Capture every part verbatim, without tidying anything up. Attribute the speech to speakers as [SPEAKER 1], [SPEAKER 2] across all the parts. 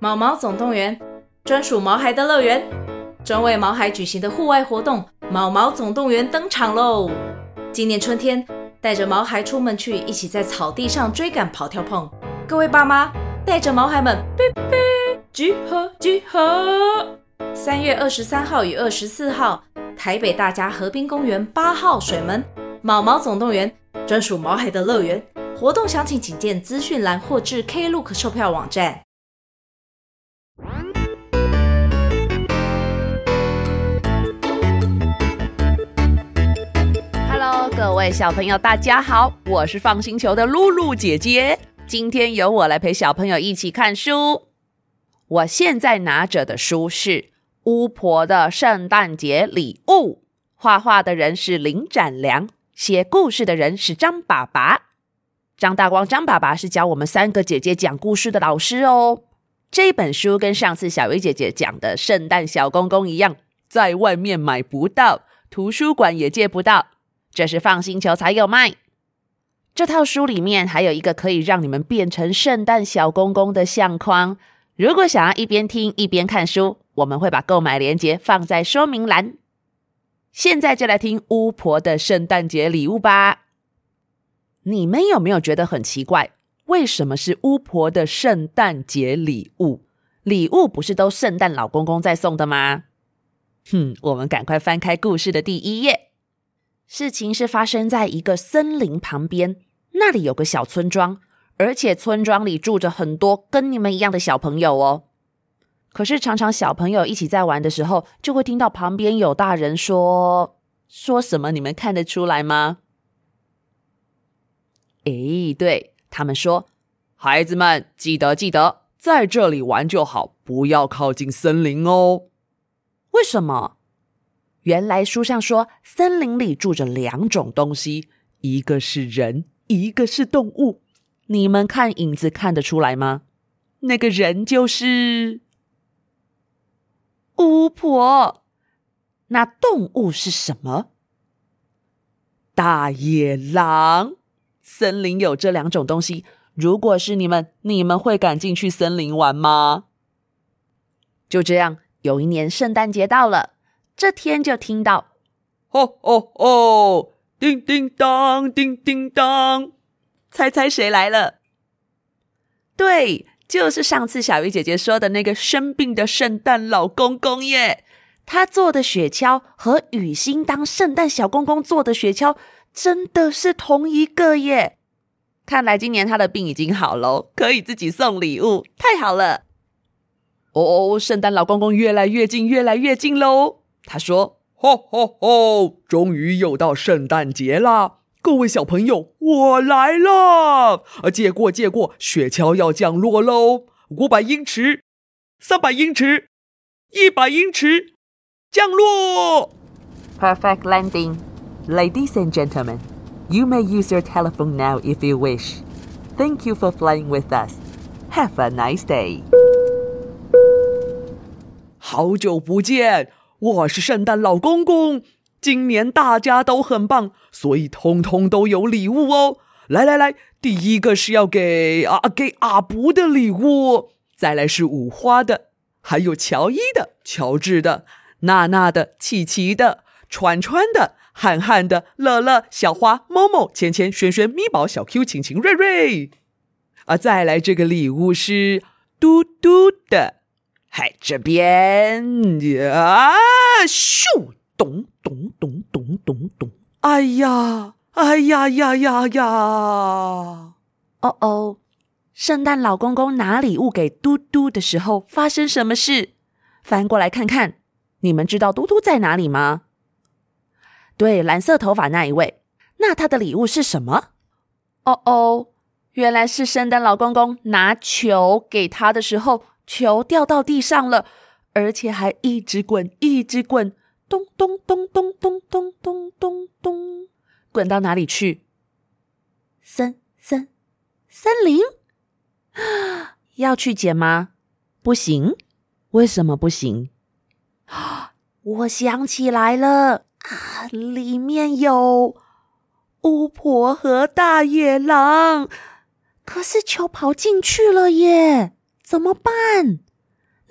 [SPEAKER 1] 毛毛总动员，专属毛孩的乐园，专为毛孩举行的户外活动毛毛总动员登场喽！今年春天，带着毛孩出门去，一起在草地上追赶跑跳碰。各位爸妈，带着毛孩们，哔哔，集合集合！三月二十三号与二十四号，台北大家河滨公园八号水门毛毛总动员，专属毛孩的乐园。活动详情请见资讯栏或至 Klook 售票网站。
[SPEAKER 2] Hello， 各位小朋友，大家好，我是放星球的露露姐姐。今天由我来陪小朋友一起看书。我现在拿着的书是巫婆的圣诞节礼物，画画的人是林展良，写故事的人是张爸爸。张大光张爸爸是教我们三个姐姐讲故事的老师哦。这本书跟上次小鱼姐姐讲的圣诞小公公一样，在外面买不到，图书馆也借不到，这是放星球才有卖。这套书里面还有一个可以让你们变成圣诞小公公的相框。如果想要一边听一边看书，我们会把购买链接放在说明栏。现在就来听巫婆的圣诞节礼物吧。你们有没有觉得很奇怪，为什么是巫婆的圣诞节礼物？礼物不是都圣诞老公公在送的吗？哼，我们赶快翻开故事的第一页。事情是发生在一个森林旁边，那里有个小村庄，而且村庄里住着很多跟你们一样的小朋友哦。可是常常小朋友一起在玩的时候，就会听到旁边有大人说说什么，你们看得出来吗？诶，对，他们说，孩子们记得记得在这里玩就好，不要靠近森林哦。为什么？原来书上说森林里住着两种东西，一个是人，一个是动物。你们看影子看得出来吗？那个人就是巫婆。那动物是什么？大野狼。森林有这两种东西，如果是你们，你们会敢进去森林玩吗？就这样，有一年圣诞节到了，这天就听到吼吼吼，叮叮当，叮叮当，猜猜谁来了？对，就是上次小鱼姐姐说的那个生病的圣诞老公公耶。他做的雪橇和雨欣当圣诞小公公做的雪橇真的是同一个耶。看来今年他的病已经好了，可以自己送礼物，太好了。哦，圣诞老公公越来越近，越来越近咯。他说，吼吼吼，终于又到圣诞节啦，各位小朋友，我来了。借过借过，雪橇要降落咯，五百英尺，三百英尺，一百英尺，降落。 Perfect landing. Ladies and gentlemen, you may use your telephone now if you wish. Thank you for flying with us. Have a nice day. 好久不见，我是圣诞老公公。今年大家都很棒，所以通通都有礼物哦。来来来，第一个是要给啊给阿布的礼物，再来是五花的，还有乔伊的、乔治的、娜娜的、琪琪的、川川的、汉汉的、乐乐、小花、某某、芊芊、轩轩、咪宝、小 Q、晴晴、瑞瑞。啊，再来这个礼物是嘟嘟的，嗨，这边啊，咻，咚咚咚咚咚咚，哎呀，哎呀呀呀呀！哦哦，圣诞老公公拿礼物给嘟嘟的时候发生什么事？翻过来看看，你们知道嘟嘟在哪里吗？对，蓝色头发那一位。那他的礼物是什么？哦哦，原来是圣诞老公公拿球给他的时候，球掉到地上了，而且还一直滚一直滚，咚咚咚咚咚咚咚咚咚，滚到哪里去？森森森林？要去捡吗？不行。为什么不行？我想起来了啊，里面有巫婆和大野狼，可是球跑进去了耶，怎么办？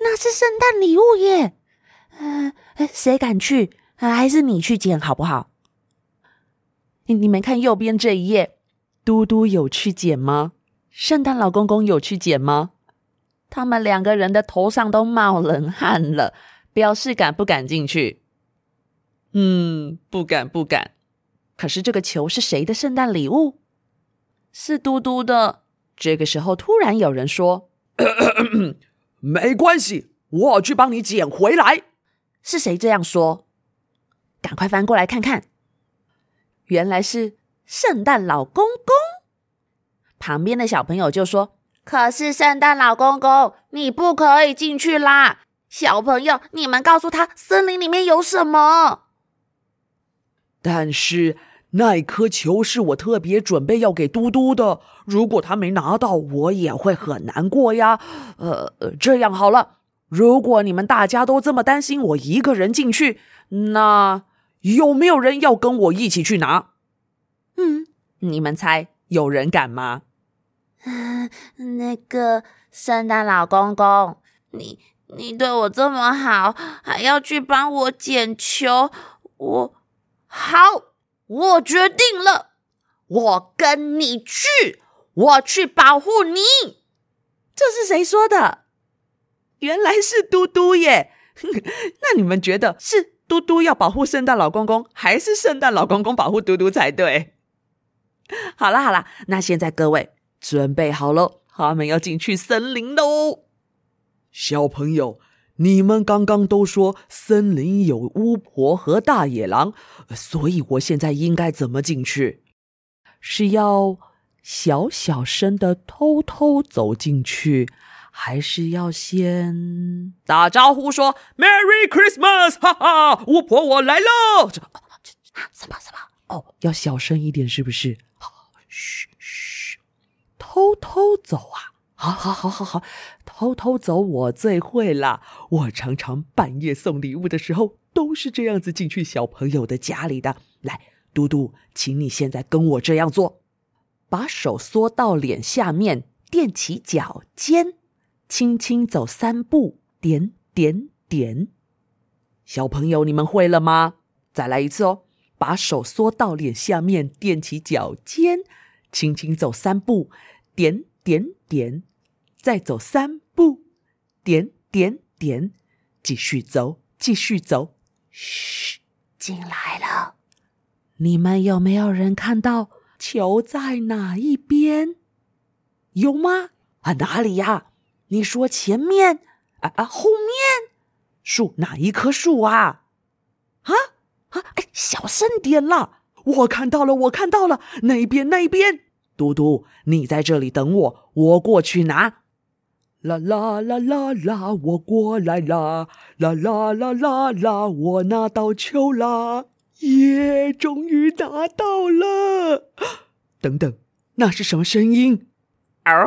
[SPEAKER 3] 那是圣诞礼物耶！呃，谁敢去？还是你去捡好不好？你你们看右边这一页，嘟嘟有去捡吗？圣诞老公公有去捡吗？他们两个人的头上都冒冷汗了，表示敢不敢进去？嗯，不敢不敢。可是这个球是谁的圣诞礼物？是嘟嘟的。这个时候突然有人说
[SPEAKER 2] 没关系，我去帮你捡回来。
[SPEAKER 3] 是谁这样说？赶快翻过来看看，原来是圣诞老公公。旁边的小朋友就说，可是圣诞老公公，你不可以进去啦！小朋友，你们告诉他森林里面有什么？
[SPEAKER 2] 但是那一颗球是我特别准备要给嘟嘟的，如果他没拿到，我也会很难过呀。呃，这样好了，如果你们大家都这么担心我一个人进去，那有没有人要跟我一起去拿？嗯，你们猜有人敢吗？
[SPEAKER 3] 嗯，那个圣诞老公公，你你对我这么好，还要去帮我捡球，我好，我决定了，我跟你去，我去保护你。这是谁说的？原来是嘟嘟耶！那你们觉得是嘟嘟要保护圣诞老公公，还是圣诞老公公保护嘟嘟才对？好啦好啦，那现在各位准备好了，他们要进去森林喽。
[SPEAKER 2] 小朋友，你们刚刚都说森林有巫婆和大野狼，所以我现在应该怎么进去？
[SPEAKER 3] 是要小小声的偷偷走进去，还是要先
[SPEAKER 2] 打招呼说 Merry Christmas， 哈哈，巫婆我来了。
[SPEAKER 3] 什么什么？哦，要小声一点是不是？嘘嘘，偷偷走啊！好好好好好，偷偷走我最会啦！我常常半夜送礼物的时候都是这样子进去小朋友的家里的。来，嘟嘟，请你现在跟我这样做，把手缩到脸下面，踮起脚尖，轻轻走三步，点点点。小朋友，你们会了吗？再来一次哦，把手缩到脸下面，踮起脚尖，轻轻走三步，点点点。再走三步，点点点，继续走，继续走。嘘，进来了。你们有没有人看到球在哪一边？有吗？啊，哪里呀？你说前面啊啊，后面？树哪一棵树啊？啊啊！哎，小声点啦！我看到了，我看到了，那边那边。嘟嘟，你在这里等我，我过去拿。啦啦啦啦啦，我过来啦！啦啦啦啦啦，我拿到球啦！耶，终于拿到了！等等，那是什么声音？嗷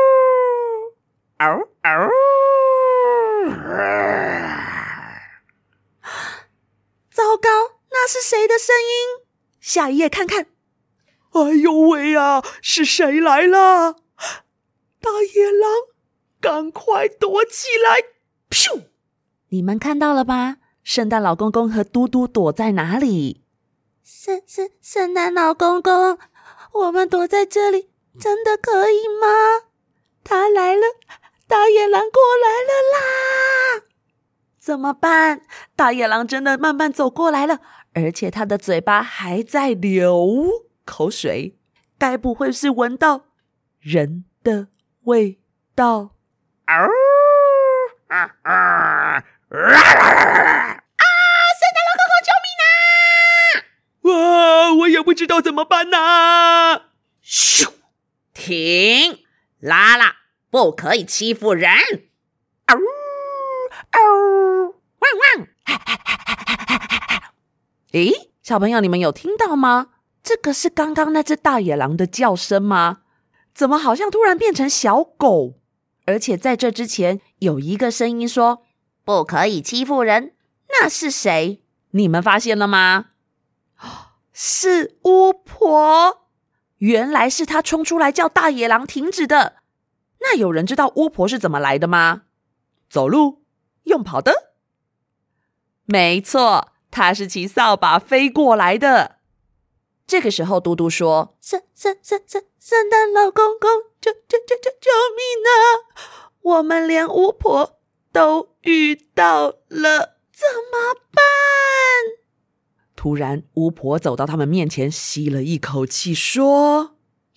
[SPEAKER 3] 嗷嗷！糟糕，那是谁的声音？下一页看看。哎呦喂啊，是谁来了？大野狼！赶快躲起来！咻！你们看到了吧？圣诞老公公和嘟嘟躲在哪里？圣圣圣诞老公公，我们躲在这里，真的可以吗？他来了，大野狼过来了啦！怎么办？大野狼真的慢慢走过来了，而且他的嘴巴还在流口水，该不会是闻到人的味道？啊啊啊！啊！圣诞老公公，救命啊！哇，我也不知道怎么办啊！咻！停！拉拉，不可以欺负人！嗷嗷！汪汪！诶，小朋友，你们有听到吗？这个是刚刚那只大野狼的叫声吗？怎么好像突然变成小狗？而且在这之前有一个声音说不可以欺负人，那是谁？你们发现了吗？是巫婆，原来是她冲出来叫大野狼停止的。那有人知道巫婆是怎么来的吗？ 走路？用跑的？没错，他是骑扫把飞过来的。这个时候，嘟嘟说：“圣圣圣圣圣诞老公公，救救救救救命啊！我们连巫婆都遇到了，怎么办？”突然，巫婆走到他们面前，吸了一口气，说：“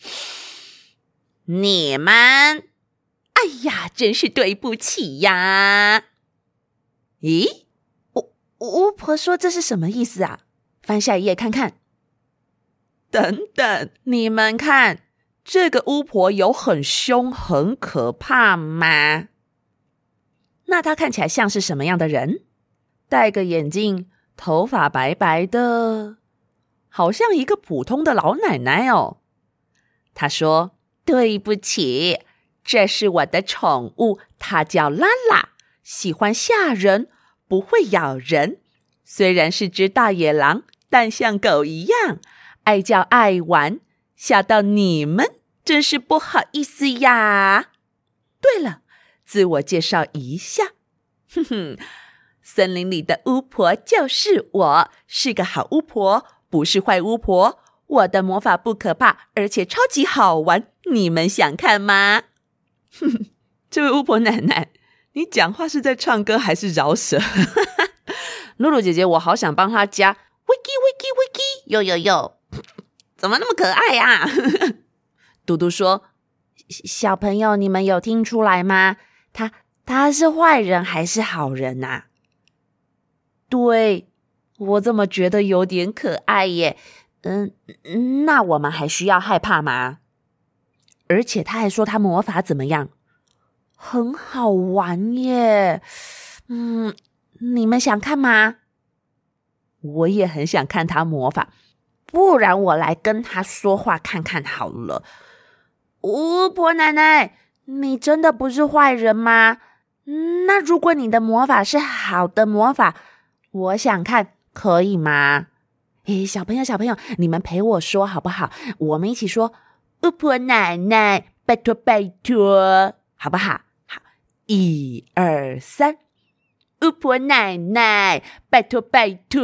[SPEAKER 3] 你们，哎呀，真是对不起呀！”咦，巫巫婆说这是什么意思啊？翻下一页看看。等等，你们看，这个巫婆有很凶、很可怕吗？那她看起来像是什么样的人？戴个眼镜，头发白白的，好像一个普通的老奶奶哦。她说：“对不起，这是我的宠物，它叫拉拉，喜欢吓人，不会咬人。虽然是只大野狼，但像狗一样，爱叫爱玩，吓到你们，真是不好意思呀。对了，自我介绍一下，哼哼，森林里的巫婆就是我，是个好巫婆，不是坏巫婆。我的魔法不可怕，而且超级好玩，你们想看吗？”哼哼，这位巫婆奶奶，你讲话是在唱歌还是饶舌？露露姐姐，我好想帮她加 wiki wiki wiki， 哟哟哟，怎么那么可爱呀、啊？嘟嘟说：“小朋友，你们有听出来吗？他他是坏人还是好人啊？”对，我怎么觉得有点可爱耶？嗯，那我们还需要害怕吗？而且他还说他魔法怎么样？很好玩耶。嗯，你们想看吗？我也很想看他魔法，不然我来跟他说话看看好了。巫婆奶奶，你真的不是坏人吗？那如果你的魔法是好的魔法，我想看，可以吗？诶，小朋友小朋友，你们陪我说好不好？我们一起说，巫婆奶奶，拜托拜托，好不好？好，一二三，巫婆奶奶，拜托拜托，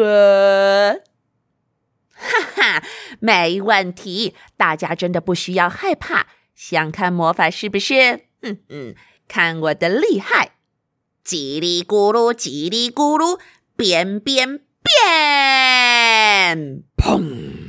[SPEAKER 3] 哈哈，没问题，大家真的不需要害怕。想看魔法是不是？嗯嗯，看我的厉害，叽里咕噜叽里咕噜，变变变，砰！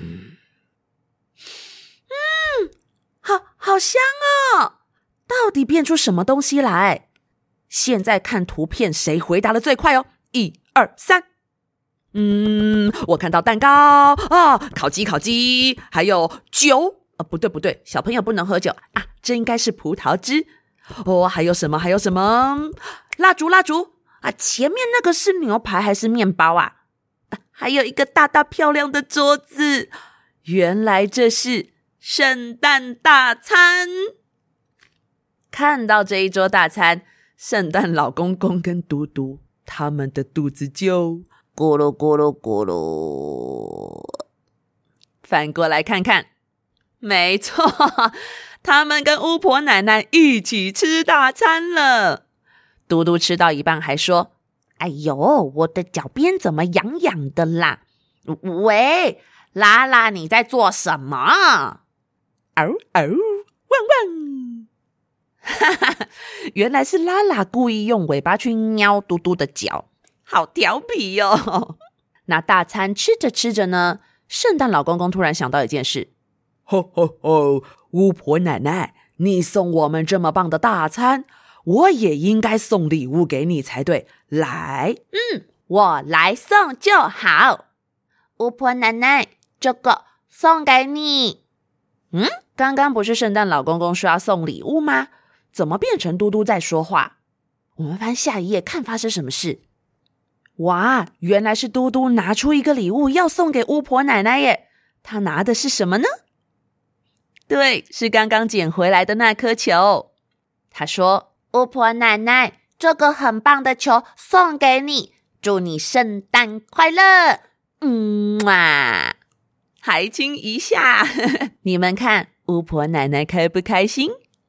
[SPEAKER 3] 嗯，好好香哦！到底变出什么东西来？现在看图片，谁回答的最快哦？一二三。嗯，我看到蛋糕啊，烤鸡烤鸡，还有酒啊，不对不对，小朋友不能喝酒啊，这应该是葡萄汁哦。还有什么？还有什么？蜡烛蜡烛啊，前面那个是牛排还是面包啊？啊还有一个大大漂亮的桌子，原来这是圣诞大餐。看到这一桌大餐，圣诞老公公跟嘟嘟他们的肚子就咕噜咕噜咕噜。反过来看看，没错，他们跟巫婆奶奶一起吃大餐了。嘟嘟吃到一半还说：“哎呦，我的脚边怎么痒痒的啦？喂，拉拉，你在做什么？”嗷嗷，汪汪！哈哈，原来是拉拉故意用尾巴去喵嘟嘟的脚，好调皮哦。那大餐吃着吃着呢，圣诞老公公突然想到一件事：吼吼吼，巫婆奶奶，你送我们这么棒的大餐，我也应该送礼物给你才对。来，嗯，我来送就好。巫婆奶奶，这个送给你。嗯，刚刚不是圣诞老公公说要送礼物吗？怎么变成嘟嘟在说话？我们翻下一页看发生什么事。哇，原来是嘟嘟拿出一个礼物要送给巫婆奶奶耶。他拿的是什么呢？对，是刚刚捡回来的那颗球。他说：“巫婆奶奶，这个很棒的球送给你，祝你圣诞快乐。”嗯嘛，还亲一下。你们看巫婆奶奶开不开心？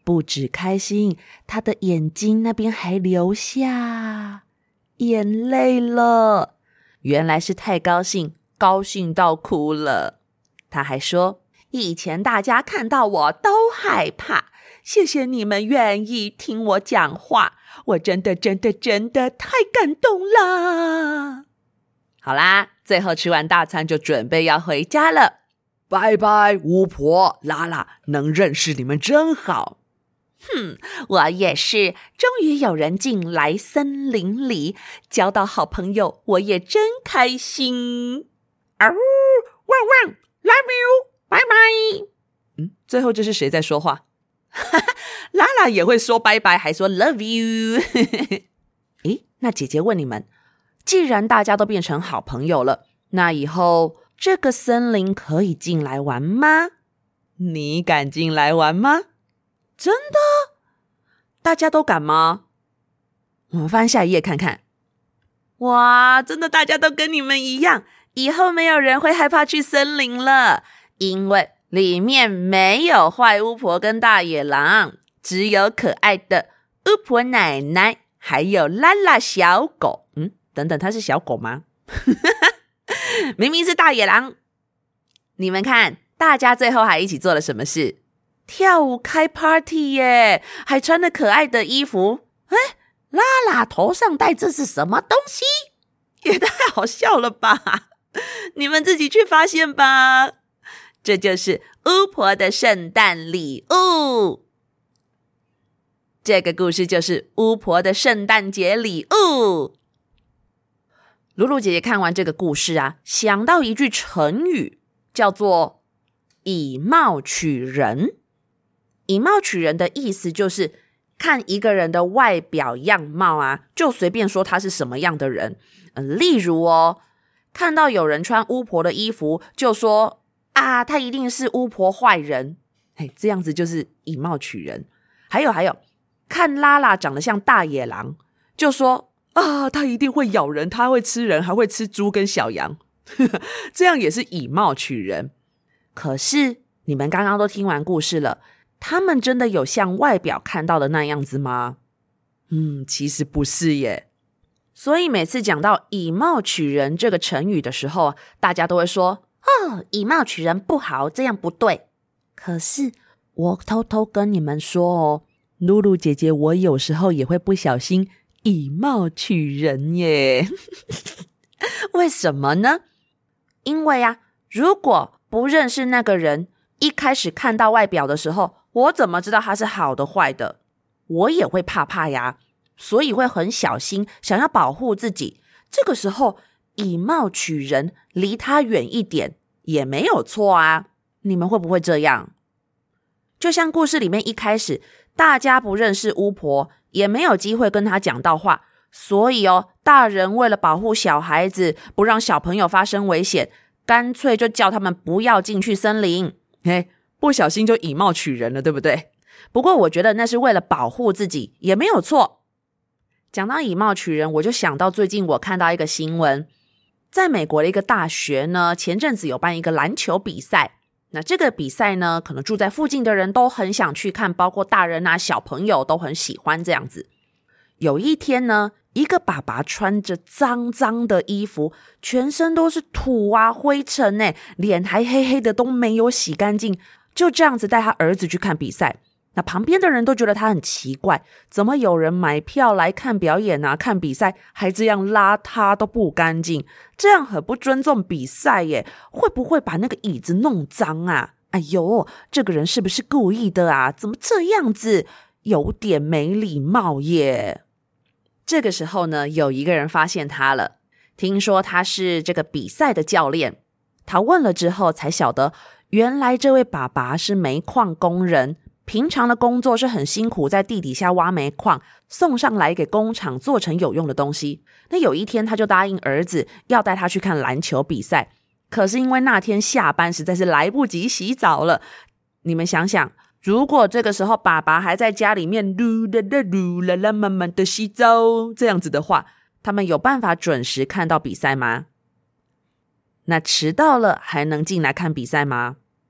[SPEAKER 3] 不止开心，他的眼睛那边还流下眼泪了。原来是太高兴，高兴到哭了。他还说，以前大家看到我都害怕，谢谢你们愿意听我讲话，我真的真的真的太感动了。好啦，最后吃完大餐就准备要回家了。
[SPEAKER 2] 拜拜，巫婆拉拉，能认识你们真好。
[SPEAKER 3] 哼，我也是，终于有人进来森林里，交到好朋友，我也真开心。嗷、哦，汪汪 ，love you， 拜拜。嗯，最后这是谁在说话？拉拉也会说拜拜，还说 love you。诶，那姐姐问你们，既然大家都变成好朋友了，那以后这个森林可以进来玩吗？你敢进来玩吗？真的？大家都敢吗？我们翻下一页看看。哇，真的大家都跟你们一样，以后没有人会害怕去森林了，因为里面没有坏巫婆跟大野狼，只有可爱的巫婆奶奶，还有拉拉小狗。嗯，等等，它是小狗吗？明明是大野狼。你们看，大家最后还一起做了什么事？跳舞开 party 耶，还穿了可爱的衣服。诶，拉拉头上戴这是什么东西？也太好笑了吧，你们自己去发现吧。这就是巫婆的圣诞礼物。这个故事就是巫婆的圣诞节礼物。露露姐姐看完这个故事啊，想到一句成语，叫做以貌取人。以貌取人的意思就是看一个人的外表样貌啊，就随便说他是什么样的人。呃、例如哦，看到有人穿巫婆的衣服，就说啊，他一定是巫婆坏人。嘿，这样子就是以貌取人。还有还有，看拉拉长得像大野狼，就说啊，他一定会咬人，他会吃人，还会吃猪跟小羊。这样也是以貌取人。可是你们刚刚都听完故事了，他们真的有像外表看到的那样子吗？嗯，其实不是耶。所以每次讲到以貌取人这个成语的时候，大家都会说，哦，以貌取人不好，这样不对。可是我偷偷跟你们说哦，露露姐姐我有时候也会不小心以貌取人耶。为什么呢？因为啊，如果不认识那个人，一开始看到外表的时候，我怎么知道他是好的坏的？我也会怕怕呀，所以会很小心，想要保护自己。这个时候以貌取人，离他远一点也没有错啊。你们会不会这样？就像故事里面一开始，大家不认识巫婆，也没有机会跟她讲到话，所以哦，大人为了保护小孩子，不让小朋友发生危险，干脆就叫他们不要进去森林。嘿，不小心就以貌取人了，对不对？不过我觉得那是为了保护自己，也没有错。讲到以貌取人，我就想到最近我看到一个新闻，在美国的一个大学呢，前阵子有办一个篮球比赛。那这个比赛呢，可能住在附近的人都很想去看，包括大人啊、小朋友都很喜欢这样子。有一天呢，一个爸爸穿着脏脏的衣服，全身都是土啊灰尘耶，脸还黑黑的，都没有洗干净，就这样子带他儿子去看比赛。那旁边的人都觉得他很奇怪，怎么有人买票来看表演啊，看比赛还这样邋遢都不干净，这样很不尊重比赛耶，会不会把那个椅子弄脏啊？哎呦，这个人是不是故意的啊？怎么这样子，有点没礼貌耶。这个时候呢，有一个人发现他了，听说他是这个比赛的教练，他问了之后才晓得，原来这位爸爸是煤矿工人，平常的工作是很辛苦，在地底下挖煤矿，送上来给工厂做成有用的东西。那有一天他就答应儿子要带他去看篮球比赛，可是因为那天下班实在是来不及洗澡了。你们想想，如果这个时候爸爸还在家里面噜啦啦噜啦啦慢慢的洗澡，这样子的话，他们有办法准时看到比赛吗？那迟到了还能进来看比赛吗？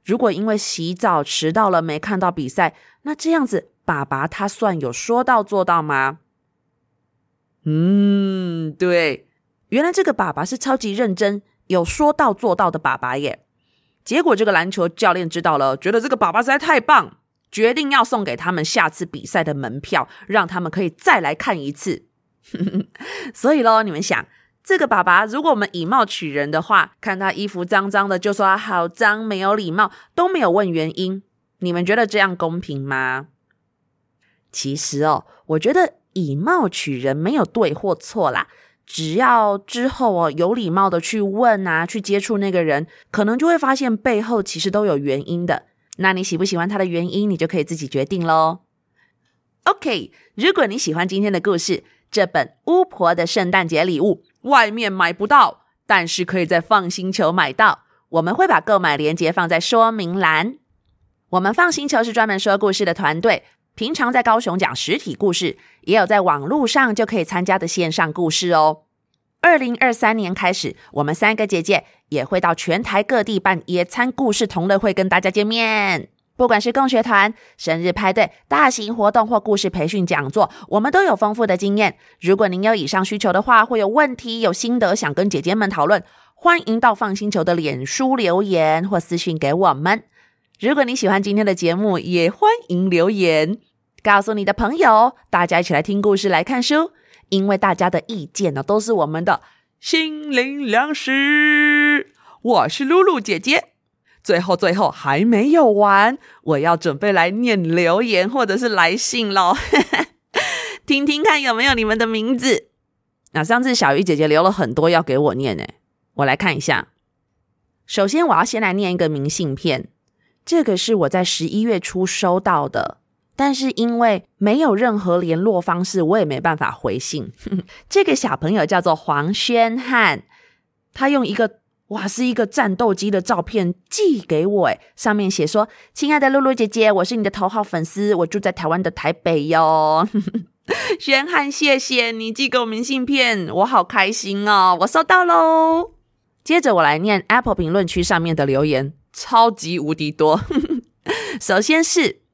[SPEAKER 3] 如果因为洗澡迟到了没看到比赛，那这样子爸爸他算有说到做到吗？嗯，对，原来这个爸爸是超级认真，有说到做到的爸爸耶。结果这个篮球教练知道了，觉得这个爸爸实在太棒，决定要送给他们下次比赛的门票，让他们可以再来看一次。所以咯，你们想，这个爸爸如果我们以貌取人的话，看他衣服脏脏的就说他好脏，没有礼貌，都没有问原因，你们觉得这样公平吗？其实哦，我觉得以貌取人没有对或错啦，只要之后哦有礼貌的去问啊，去接触那个人，可能就会发现背后其实都有原因的。那你喜不喜欢他的原因，你就可以自己决定咯。OK， 如果你喜欢今天的故事，这本巫婆的圣诞节礼物外面买不到，但是可以在放星球买到，我们会把购买链接放在说明栏。我们放星球是专门说故事的团队，平常在高雄讲实体故事，也有在网络上就可以参加的线上故事哦。二零二三年开始，我们三个姐姐也会到全台各地办野餐故事同乐会跟大家见面。不管是共学团、生日派对、大型活动或故事培训讲座，我们都有丰富的经验。如果您有以上需求的话，或有问题、有心得想跟姐姐们讨论，欢迎到放星球的脸书留言或私讯给我们。如果你喜欢今天的节目，也欢迎留言告诉你的朋友，大家一起来听故事来看书，因为大家的意见呢，都是我们的心灵粮食。我是露露姐姐。最后最后还没有完，我要准备来念留言或者是来信咯听听看有没有你们的名字。那上次小鱼姐姐留了很多要给我念耶，我来看一下。首先我要先来念一个明信片，这个是我在十一月初收到的，但是因为没有任何联络方式，我也没办法回信这个小朋友叫做黄轩汉，他用一个哇，是一个战斗机的照片寄给我诶，上面写说：亲爱的露露姐姐，我是你的头号粉丝，我住在台湾的台北哟轩汉，谢谢你寄给我明信片，我好开心哦，我收到咯。接着我来念 Apple 评论区上面的留言，超级无敌多首先是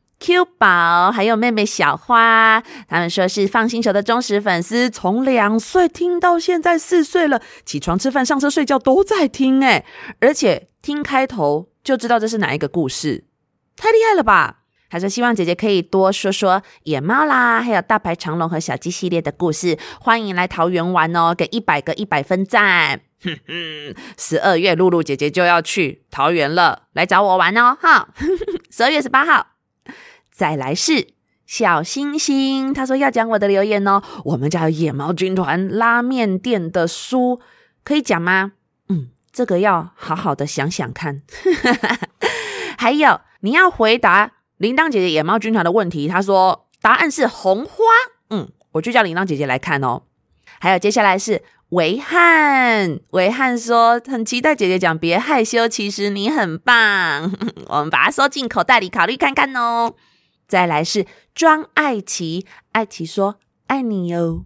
[SPEAKER 3] Q 宝还有妹妹小花，他们说是放星球的忠实粉丝，从两岁听到现在四岁了，起床吃饭上车睡觉都在听耶，而且听开头就知道这是哪一个故事，太厉害了吧。他说希望姐姐可以多说说野猫啦，还有大排长龙和小鸡系列的故事，欢迎来桃园玩哦，给一百个一百分赞十二月露露姐姐就要去桃园了，来找我玩哦哈十二月十八号。再来是小星星，他说要讲我的留言哦，我们家有野猫军团拉面店的书，可以讲吗？嗯，这个要好好的想想看还有你要回答铃铛姐姐野猫军团的问题，他说答案是红花，嗯，我就叫铃铛姐姐来看哦。还有接下来是维汉，维汉说很期待姐姐讲别害羞，其实你很棒我们把它收进口袋里考虑看看哦。再来是庄爱琪，爱琪说爱你哟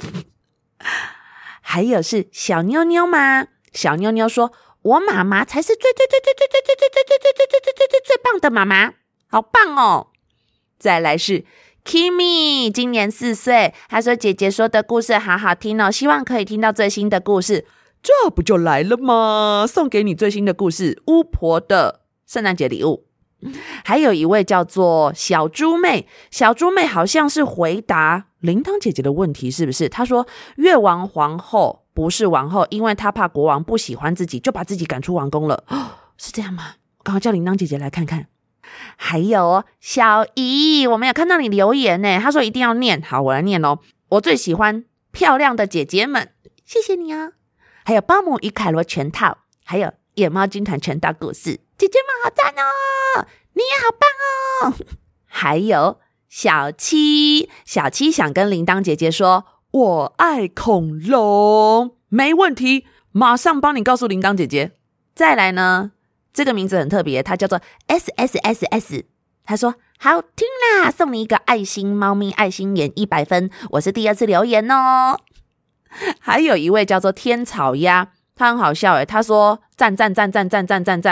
[SPEAKER 3] 还有是小妞妞吗？小妞妞说我妈妈才是最最最最最最最最最最最最最最最最棒的妈妈，好棒哦。再来是 Kimi， 今年四岁，她说姐姐说的故事好好听哦，希望可以听到最新的故事，这不就来了吗？送给你最新的故事，巫婆的圣诞节礼物。还有一位叫做小猪妹，小猪妹好像是回答铃铛姐姐的问题，是不是？她说越王皇后不是王后，因为她怕国王不喜欢自己，就把自己赶出王宫了、哦、是这样吗？赶快叫铃铛姐姐来看看。还有小姨，我没有看到你留言呢，她说一定要念，好，我来念哦。我最喜欢漂亮的姐姐们，谢谢你啊。还有包姆与凯罗全套，还有野猫军团全套故事，姐姐们好赞哦，你也好棒哦。还有小七，小七想跟铃铛姐姐说我爱恐龙，没问题，马上帮你告诉铃铛姐姐。再来呢，这个名字很特别，它叫做 S S S S， 他说好听啦，送你一个爱心猫咪爱心眼一百分，我是第二次留言哦。还有一位叫做天草鸭，他很好笑耶，他说赞赞赞赞赞赞赞赞，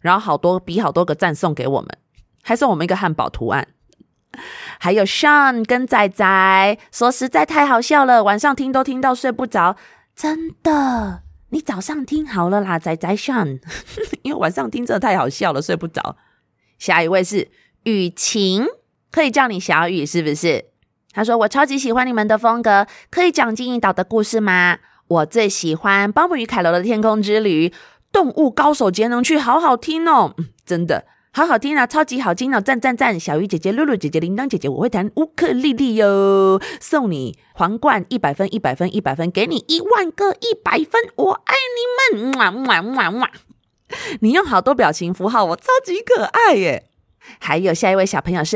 [SPEAKER 3] 然后好多比好多个赞送给我们，还送我们一个汉堡图案。还有 Sean 跟仔仔说实在太好笑了，晚上听都听到睡不着。真的，你早上听好了啦，仔仔 Sean 因为晚上听真的太好笑了，睡不着。下一位是雨晴，可以叫你小雨是不是？他说我超级喜欢你们的风格，可以讲金银岛的故事吗？我最喜欢鲍姆与凯罗的天空之旅，动物高手节能去好好听哦、嗯、真的好好听啊，超级好听哦，赞赞赞！小鱼姐姐、露露姐姐、铃铛姐姐，我会弹乌克丽丽哟，送你皇冠一百分，一百分，一百分，给你一万个一百分，我爱你们！哇哇哇哇！你用好多表情符号，我超级可爱耶！还有下一位小朋友是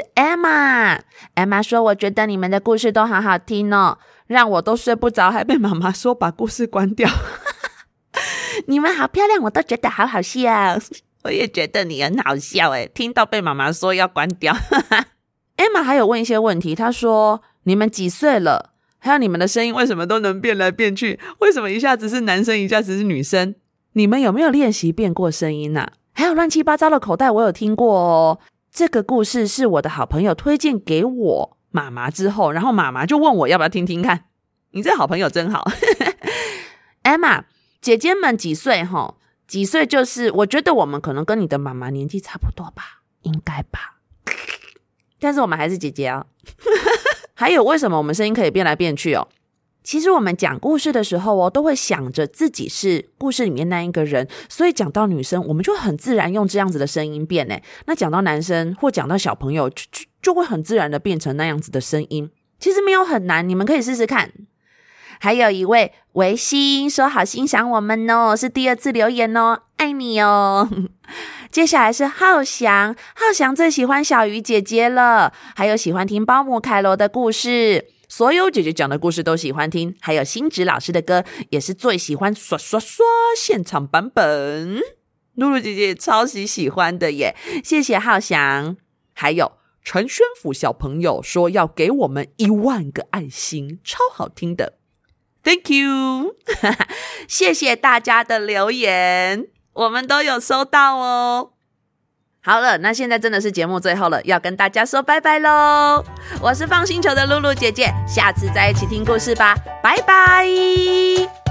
[SPEAKER 3] Emma，Emma 说我觉得你们的故事都好好听哦，让我都睡不着，还被妈妈说把故事关掉。你们好漂亮，我都觉得好好笑。我也觉得你很好笑耶，听到被妈妈说要关掉。Emma 还有问一些问题，她说你们几岁了？还有你们的声音为什么都能变来变去？为什么一下子是男生，一下子是女生？你们有没有练习变过声音啊？还有乱七八糟的口袋我有听过哦。这个故事是我的好朋友推荐给我妈妈之后，然后妈妈就问我要不要听听看。你这好朋友真好。Emma 姐姐们几岁齁？几岁就是我觉得我们可能跟你的妈妈年纪差不多吧，应该吧。但是我们还是姐姐哦。还有为什么我们声音可以变来变去哦？其实我们讲故事的时候哦，都会想着自己是故事里面那一个人，所以讲到女生我们就很自然用这样子的声音变耶。那讲到男生或讲到小朋友 就, 就, 就会很自然的变成那样子的声音，其实没有很难，你们可以试试看。还有一位维新说好欣赏我们哦，是第二次留言哦，爱你哦。接下来是浩翔，浩翔最喜欢小鱼姐姐了，还有喜欢听包姆凯罗的故事，所有姐姐讲的故事都喜欢听，还有新植老师的歌也是最喜欢，刷刷刷现场版本，露露姐姐也超级喜欢的耶，谢谢浩翔。还有陈宣甫小朋友说要给我们一万个爱心，超好听的，Thank you 谢谢大家的留言，我们都有收到哦。好了，那现在真的是节目最后了，要跟大家说拜拜咯。我是放星球的露露姐姐，下次再一起听故事吧，拜拜。